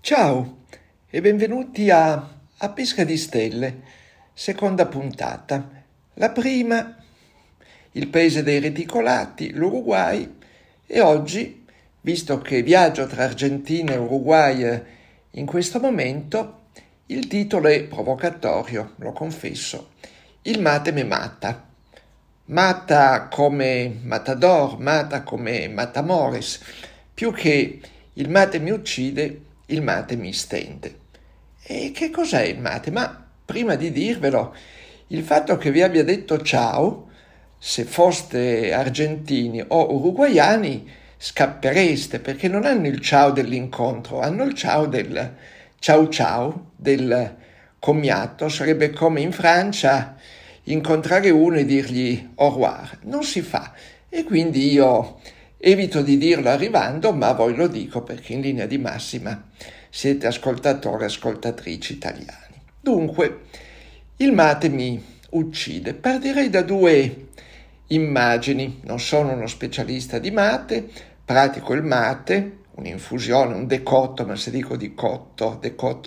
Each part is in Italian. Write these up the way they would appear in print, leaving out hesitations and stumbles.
Ciao e benvenuti a Pesca di Stelle, seconda puntata. La prima, il paese dei reticolati, l'Uruguay, e oggi, visto che viaggio tra Argentina e Uruguay in questo momento, il titolo è provocatorio, lo confesso. Il mate me mata. Mata come Matador, mata come Matamores. Più che il mate mi uccide, il mate mi stende. E che cos'è il mate? Ma prima di dirvelo, il fatto che vi abbia detto ciao, se foste argentini o uruguaiani, scappereste, perché non hanno il ciao dell'incontro, hanno il ciao del ciao ciao, del commiato. Sarebbe come in Francia incontrare uno e dirgli au revoir. Non si fa, e quindi io evito di dirlo arrivando, ma a voi lo dico perché in linea di massima siete ascoltatori e ascoltatrici italiani. Dunque, il mate mi uccide. Partirei da due immagini. Non sono uno specialista di mate, pratico il mate, un'infusione, un decotto, ma se dico decotto,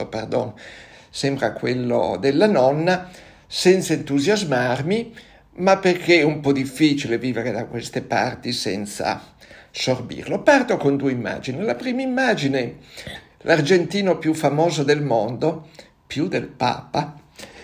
sembra quello della nonna, senza entusiasmarmi, ma perché è un po' difficile vivere da queste parti senza sorbirlo. Parto con due immagini. La prima immagine, l'argentino più famoso del mondo, più del Papa,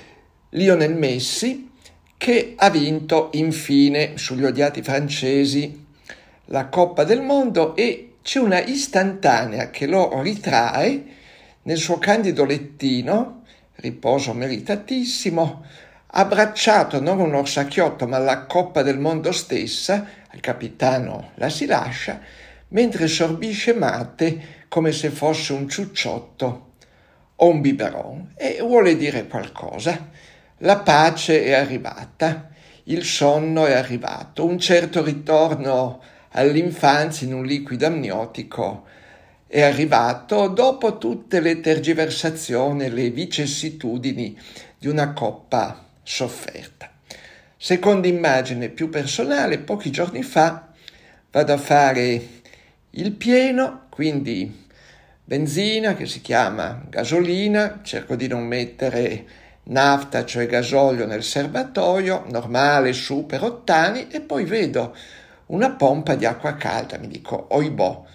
Lionel Messi, che ha vinto infine sugli odiati francesi la Coppa del Mondo, e c'è una istantanea che lo ritrae nel suo candido lettino, riposo meritatissimo, abbracciato non un orsacchiotto ma la Coppa del Mondo stessa. Al capitano la si lascia, mentre sorbisce mate come se fosse un ciucciotto o un biberon, e vuole dire qualcosa. La pace è arrivata, il sonno è arrivato, un certo ritorno all'infanzia in un liquido amniotico è arrivato dopo tutte le tergiversazioni e le vicissitudini di una coppa sofferta. Seconda immagine più personale, pochi giorni fa vado a fare il pieno, quindi benzina che si chiama gasolina, cerco di non mettere nafta, cioè gasolio, nel serbatoio, normale, super ottani, e poi vedo una pompa di acqua calda, mi dico, oibò,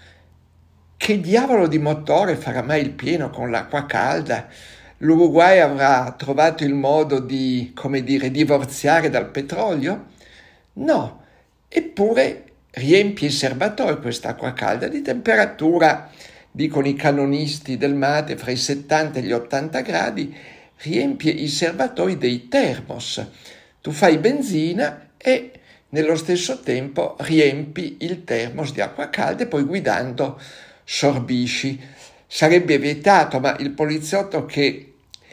che diavolo di motore farà mai il pieno con l'acqua calda? L'Uruguay avrà trovato il modo di, divorziare dal petrolio? No, eppure riempie il serbatoio quest'acqua calda di temperatura, dicono i canonisti del mate, fra i 70 e gli 80 gradi, riempie i serbatoi dei termos. Tu fai benzina e nello stesso tempo riempi il termos di acqua calda e poi guidando sorbisci. Sarebbe vietato, ma il poliziotto che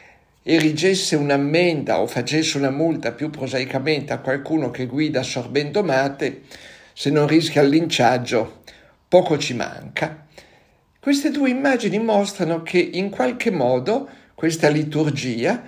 erigesse un'ammenda o facesse una multa, più prosaicamente, a qualcuno che guida sorbendo mate, se non rischia il linciaggio, poco ci manca. Queste due immagini mostrano che in qualche modo questa liturgia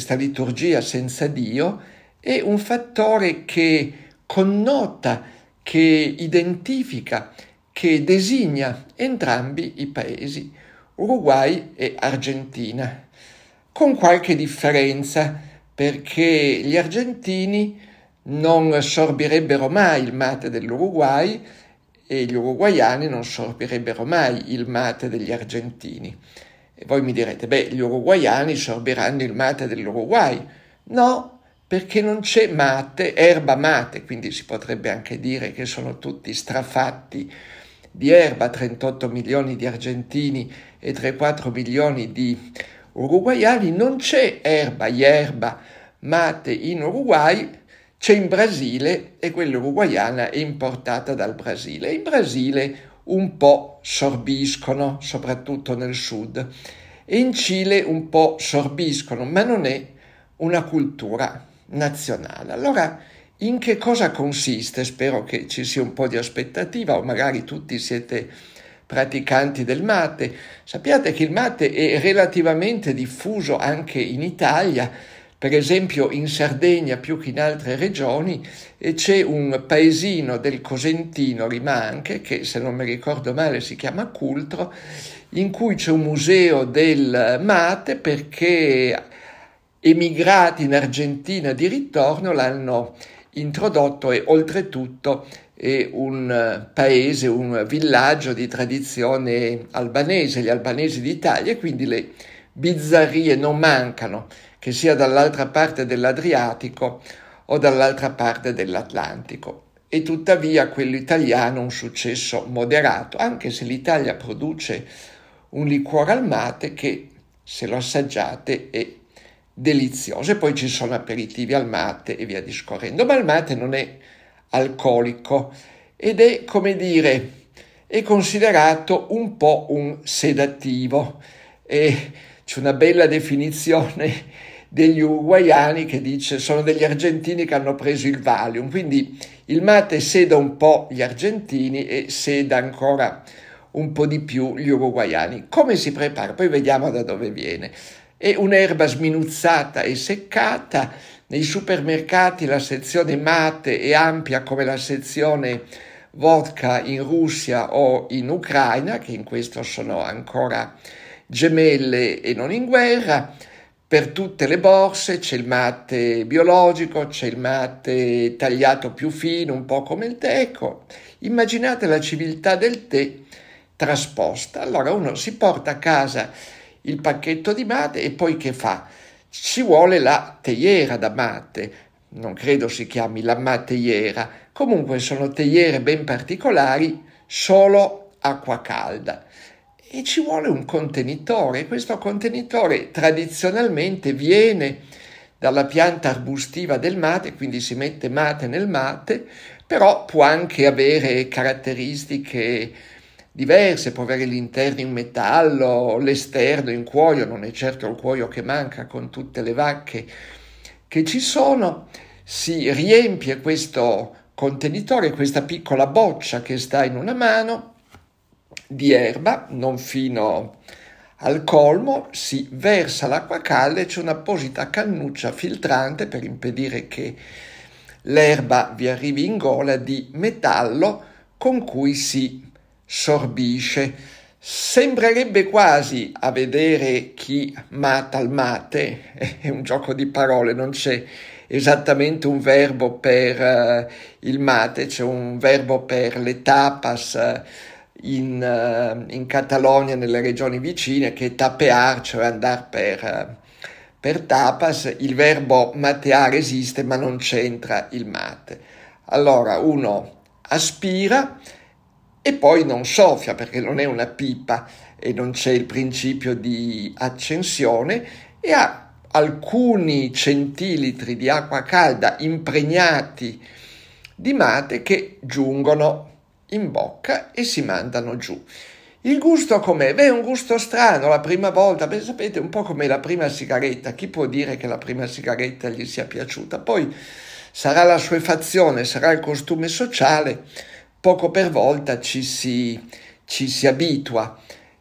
senza Dio, è un fattore che connota, che identifica, che designa entrambi i paesi, Uruguay e Argentina, con qualche differenza, perché gli argentini non sorbirebbero mai il mate dell'Uruguay e gli uruguaiani non sorbirebbero mai il mate degli argentini. E voi mi direte, gli uruguaiani sorbiranno il mate dell'Uruguay. No, perché non c'è mate, erba mate, quindi si potrebbe anche dire che sono tutti strafatti di erba, 38 milioni di argentini e 3-4 milioni di uruguaiani. Non c'è yerba, mate in Uruguay, c'è in Brasile, e quella uruguaiana è importata dal Brasile. In Brasile un po' sorbiscono, soprattutto nel sud, e in Cile un po' sorbiscono, ma non è una cultura nazionale. Allora, in che cosa consiste? Spero che ci sia un po' di aspettativa, o magari tutti siete praticanti del mate. Sappiate che il mate è relativamente diffuso anche in Italia, per esempio in Sardegna più che in altre regioni, e c'è un paesino del Cosentino, Rimanche, che se non mi ricordo male si chiama Cultro, in cui c'è un museo del mate perché emigrati in Argentina di ritorno l'hanno introdotto, e oltretutto è un paese, un villaggio di tradizione albanese, gli albanesi d'Italia, e quindi le bizzarrie non mancano, che sia dall'altra parte dell'Adriatico o dall'altra parte dell'Atlantico. E tuttavia quello italiano ha un successo moderato, anche se l'Italia produce un liquore al mate che, se lo assaggiate, è delizioso. E poi ci sono aperitivi al mate e via discorrendo, ma il mate non è alcolico ed è, come dire, è considerato un po' un sedativo, e c'è una bella definizione degli uruguaiani che dice sono degli argentini che hanno preso il Valium, quindi il mate seda un po' gli argentini e seda ancora un po' di più gli uruguaiani. Come si prepara? Poi vediamo da dove viene. È un'erba sminuzzata e seccata. Nei supermercati la sezione mate è ampia come la sezione vodka in Russia o in Ucraina, che in questo sono ancora gemelle e non in guerra. Per tutte le borse c'è il mate biologico, c'è il mate tagliato più fino, un po' come il tè. Ecco, immaginate la civiltà del tè trasposta. Allora uno si porta a casa il pacchetto di mate e poi che fa? Ci vuole la teiera da mate, non credo si chiami la mateiera, comunque sono teiere ben particolari, solo acqua calda. E ci vuole un contenitore. Questo contenitore tradizionalmente viene dalla pianta arbustiva del mate, quindi si mette mate nel mate, però può anche avere caratteristiche diverse, può avere l'interno in metallo, l'esterno in cuoio, non è certo il cuoio che manca con tutte le vacche che ci sono. Si riempie questo contenitore, questa piccola boccia che sta in una mano, di erba, non fino al colmo, si versa l'acqua calda e c'è un'apposita cannuccia filtrante per impedire che l'erba vi arrivi in gola, di metallo con cui si sorbisce. Sembrerebbe quasi, a vedere chi mata il mate, è un gioco di parole, non c'è esattamente un verbo per il mate, c'è un verbo per le tapas in Catalogna, nelle regioni vicine, che è tapear, cioè andare per tapas. Il verbo mateare esiste, ma non c'entra il mate. Allora uno aspira e poi non soffia, perché non è una pipa e non c'è il principio di accensione, e ha alcuni centilitri di acqua calda impregnati di mate che giungono in bocca e si mandano giù. Il gusto com'è? Beh, è un gusto strano la prima volta, beh, sapete, un po' come la prima sigaretta. Chi può dire che la prima sigaretta gli sia piaciuta? Poi sarà la assuefazione, sarà il costume sociale, poco per volta ci si abitua.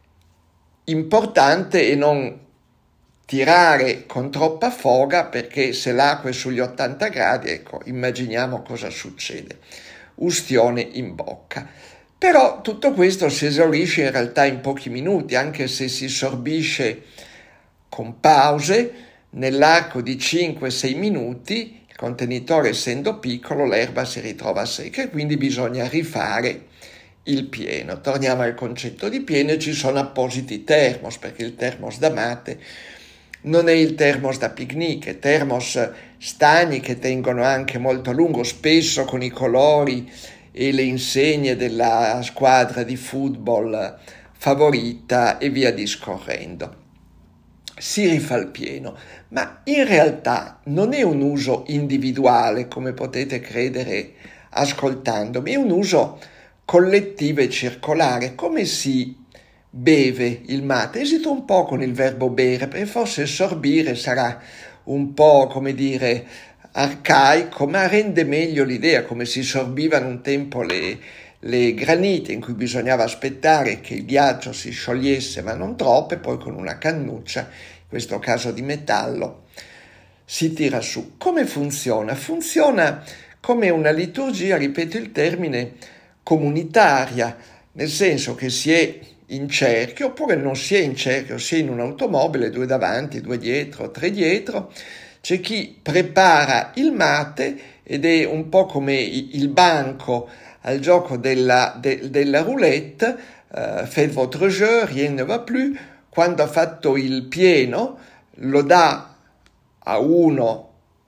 Importante è non tirare con troppa foga, perché se l'acqua è sugli 80 gradi, ecco, immaginiamo cosa succede. Ustione in bocca. Però tutto questo si esaurisce in realtà in pochi minuti, anche se si sorbisce con pause. Nell'arco di 5-6 minuti, il contenitore essendo piccolo, l'erba si ritrova secca e quindi bisogna rifare il pieno. Torniamo al concetto di pieno, e ci sono appositi termos, perché il termos da mate non è il termos da picnic, è termos stagni che tengono anche molto a lungo, spesso con i colori e le insegne della squadra di football favorita e via discorrendo. Si rifà il pieno, ma in realtà non è un uso individuale, come potete credere ascoltandomi, è un uso collettivo e circolare. Come si beve il mate? Esito un po' con il verbo bere, perché forse sorbire sarà un po', come dire, arcaico, ma rende meglio l'idea, come si sorbivano un tempo le granite, in cui bisognava aspettare che il ghiaccio si sciogliesse, ma non troppo, e poi con una cannuccia, in questo caso di metallo, si tira su. Come funziona? Funziona come una liturgia, ripeto il termine, comunitaria, nel senso che si è in cerchio, oppure non si è in cerchio, si è in un'automobile, 2 davanti, 2 dietro, 3 dietro. C'è chi prepara il mate ed è un po' come il banco al gioco della roulette, faites votre jeu, rien ne va plus. Quando ha fatto il pieno lo dà a uno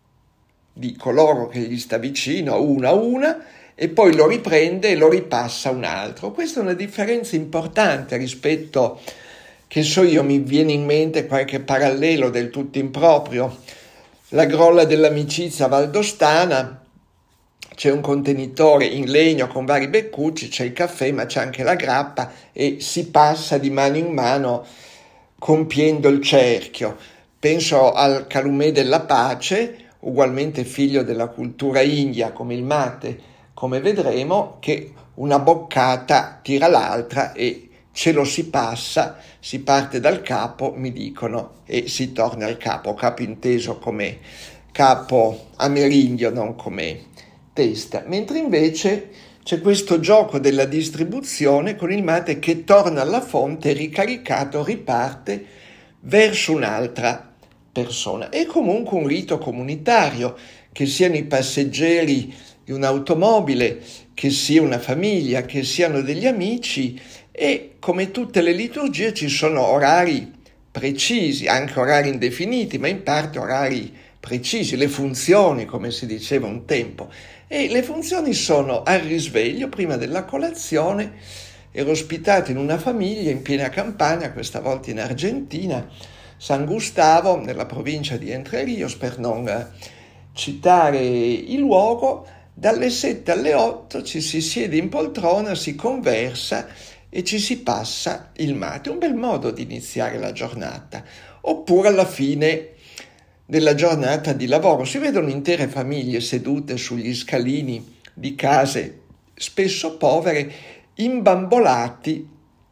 di coloro che gli sta vicino, a una, e poi lo riprende e lo ripassa a un altro. Questa è una differenza importante rispetto, che so io, mi viene in mente qualche parallelo del tutto improprio, la grolla dell'amicizia valdostana. C'è un contenitore in legno con vari beccucci, c'è il caffè ma c'è anche la grappa e si passa di mano in mano compiendo il cerchio. Penso al calumè della pace, ugualmente figlio della cultura india come il mate, come vedremo, che una boccata tira l'altra e ce lo si passa, si parte dal capo, mi dicono, e si torna al capo inteso come capo amerindio, non come testa, mentre invece c'è questo gioco della distribuzione con il mate che torna alla fonte ricaricato, riparte verso un'altra persona. È comunque un rito comunitario, che siano i passeggeri di un'automobile, che sia una famiglia, che siano degli amici, e come tutte le liturgie ci sono orari precisi, anche orari indefiniti, ma in parte orari precisi, le funzioni, come si diceva un tempo. E le funzioni sono al risveglio, prima della colazione. Ero ospitato in una famiglia in piena campagna, questa volta in Argentina, San Gustavo, nella provincia di Entre Rios, per non citare il luogo. Dalle 7 alle 8 ci si siede in poltrona, si conversa e ci si passa il mate. Un bel modo di iniziare la giornata. Oppure alla fine della giornata di lavoro si vedono intere famiglie sedute sugli scalini di case spesso povere, imbambolati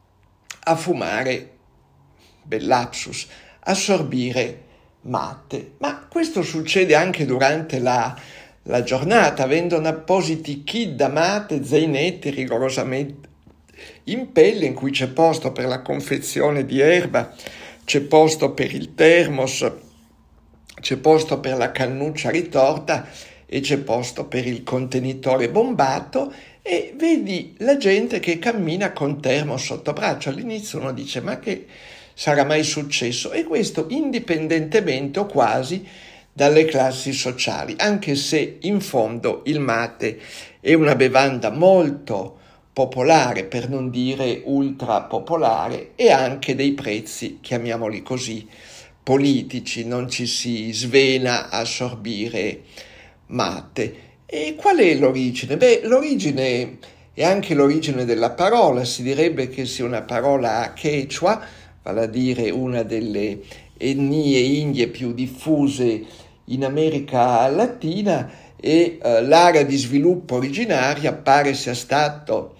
a fumare, bell'apsus, a sorbire mate. Ma questo succede anche durante la giornata, avendo appositi kit da mate, zainetti rigorosamente in pelle, in cui c'è posto per la confezione di erba, c'è posto per il termos, c'è posto per la cannuccia ritorta e c'è posto per il contenitore bombato, e vedi la gente che cammina con termos sotto braccio. All'inizio uno dice: ma che sarà mai successo? E questo indipendentemente o quasi dalle classi sociali, anche se in fondo il mate è una bevanda molto popolare, per non dire ultra popolare, e anche dei prezzi, chiamiamoli così, politici. Non ci si svena a sorbire mate. E qual è l'origine? L'origine è anche l'origine della parola. Si direbbe che sia una parola quechua, vale a dire una delle etnie indie più diffuse in America Latina, e l'area di sviluppo originaria pare sia stato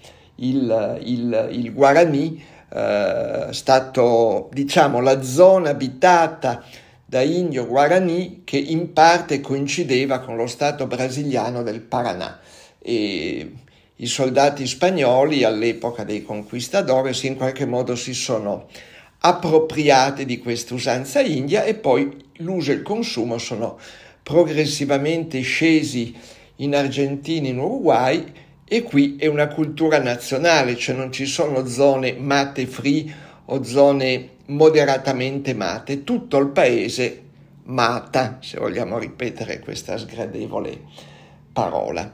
il Guarani, stato, diciamo, la zona abitata da indio Guarani, che in parte coincideva con lo stato brasiliano del Paraná, e i soldati spagnoli all'epoca dei conquistadores in qualche modo si sono appropriati di questa usanza india, e poi l'uso e il consumo sono progressivamente scesi in Argentina, in Uruguay, e qui è una cultura nazionale, cioè non ci sono zone mate free o zone moderatamente mate, tutto il paese mata, se vogliamo ripetere questa sgradevole parola.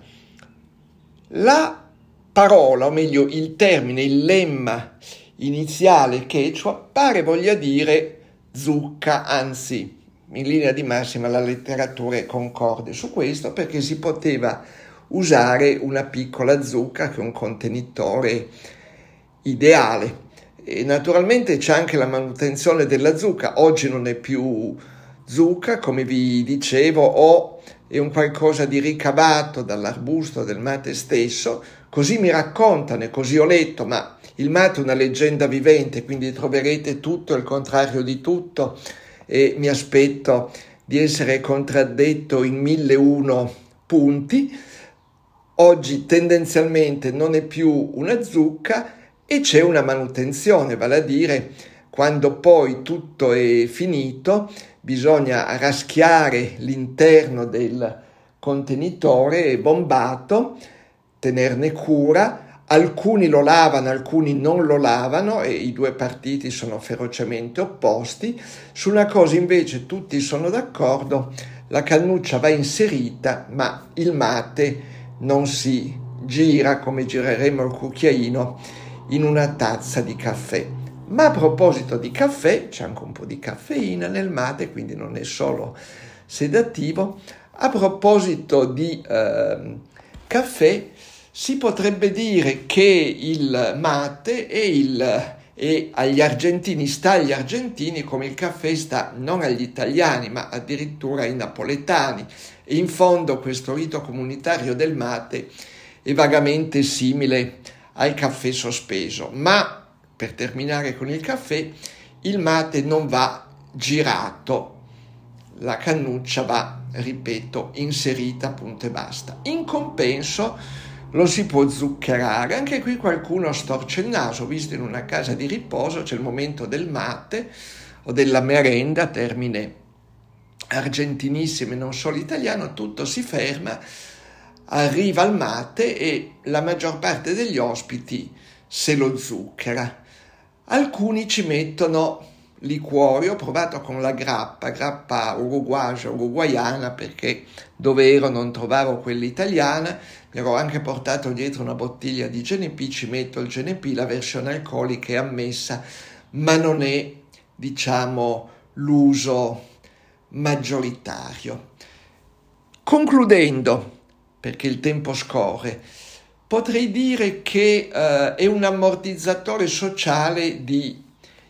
La parola, o meglio il termine, il lemma iniziale quechua pare voglia dire zucca, anzi in linea di massima la letteratura è concorde su questo, perché si poteva usare una piccola zucca, che è un contenitore ideale. E naturalmente c'è anche la manutenzione della zucca. Oggi non è più zucca, come vi dicevo, o è un qualcosa di ricavato dall'arbusto del mate stesso. Così mi raccontano e così ho letto, ma il mate è una leggenda vivente, quindi troverete tutto e il contrario di tutto, e mi aspetto di essere contraddetto in 1001 punti. Oggi tendenzialmente non è più una zucca e c'è una manutenzione, vale a dire quando poi tutto è finito bisogna raschiare l'interno del contenitore bombato, tenerne cura. Alcuni lo lavano, alcuni non lo lavano e i due partiti sono ferocemente opposti. Su una cosa invece tutti sono d'accordo: la cannuccia va inserita, ma il mate non si gira come gireremo il cucchiaino in una tazza di caffè. Ma a proposito di caffè, c'è anche un po' di caffeina nel mate, quindi non è solo sedativo. A proposito di caffè, si potrebbe dire che il mate è agli argentini, sta agli argentini come il caffè sta non agli italiani, ma addirittura ai napoletani. E in fondo questo rito comunitario del mate è vagamente simile al caffè sospeso, ma per terminare con il caffè, il mate non va girato, la cannuccia va, ripeto, inserita, punto e basta. In compenso lo si può zuccherare. Anche qui qualcuno storce il naso, visto in una casa di riposo c'è il momento del mate o della merenda, termine argentinissimo e non solo italiano, tutto si ferma, arriva il mate e la maggior parte degli ospiti se lo zucchera. Alcuni ci mettono liquori. Ho provato con la grappa uruguaiana, perché dove ero non trovavo quella italiana. Mi ero anche portato dietro una bottiglia di Genepi, ci metto il Genepi, la versione alcolica è ammessa, ma non è, diciamo, l'uso maggioritario. Concludendo, perché il tempo scorre, potrei dire che è un ammortizzatore sociale di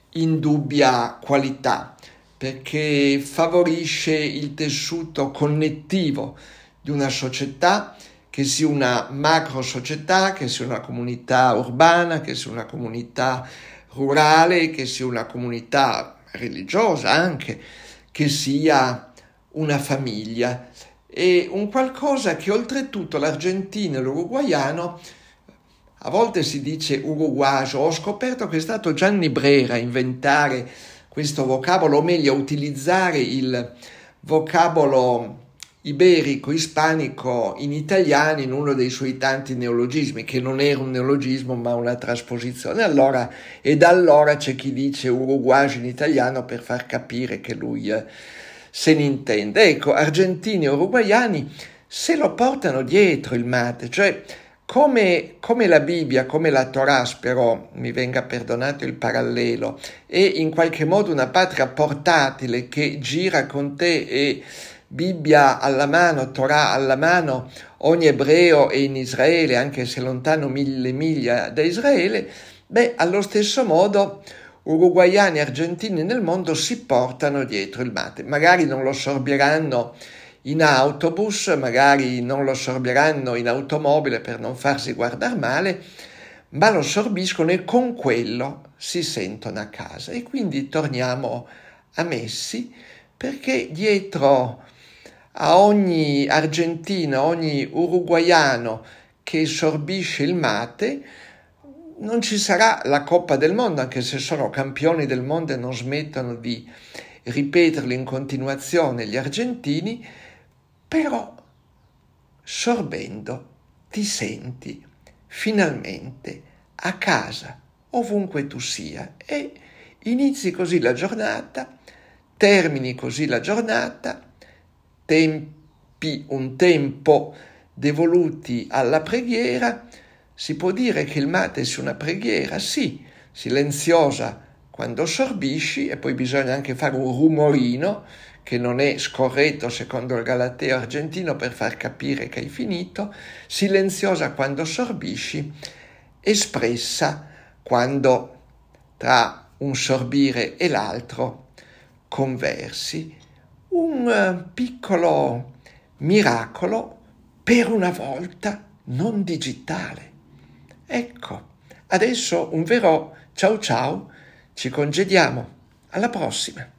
indubbia qualità, perché favorisce il tessuto connettivo di una società, che sia una macro società, che sia una comunità urbana, che sia una comunità rurale, che sia una comunità religiosa anche, che sia una famiglia. È un qualcosa che oltretutto l'argentino e l'uruguaiano, a volte si dice uruguayo, ho scoperto che è stato Gianni Brera a inventare questo vocabolo, o meglio a utilizzare il vocabolo iberico, ispanico in italiano in uno dei suoi tanti neologismi, che non era un neologismo ma una trasposizione. E da allora c'è chi dice uruguayo in italiano per far capire che lui se ne intende. Ecco, argentini e uruguaiani se lo portano dietro il mate, cioè come la Bibbia, come la Torah, spero mi venga perdonato il parallelo, è in qualche modo una patria portatile che gira con te, e Bibbia alla mano, Torah alla mano, ogni ebreo è in Israele, anche se lontano 1000 miglia da Israele. Allo stesso modo uruguaiani e argentini nel mondo si portano dietro il mate. Magari non lo sorbieranno in autobus, magari non lo sorbieranno in automobile per non farsi guardare male, ma lo sorbiscono e con quello si sentono a casa. E quindi torniamo a Messi, perché dietro a ogni argentino, a ogni uruguaiano che sorbisce il mate, non ci sarà la Coppa del Mondo, anche se sono campioni del mondo e non smettono di ripeterlo in continuazione gli argentini, però sorbendo ti senti finalmente a casa, ovunque tu sia, e inizi così la giornata, termini così la giornata, tempi un tempo devoluti alla preghiera. Si può dire che il mate sia una preghiera, sì, silenziosa quando sorbisci, e poi bisogna anche fare un rumorino che non è scorretto secondo il galateo argentino per far capire che hai finito, silenziosa quando sorbisci, espressa quando tra un sorbire e l'altro conversi. Un piccolo miracolo, per una volta non digitale. Ecco, adesso un vero ciao ciao, ci congediamo, alla prossima.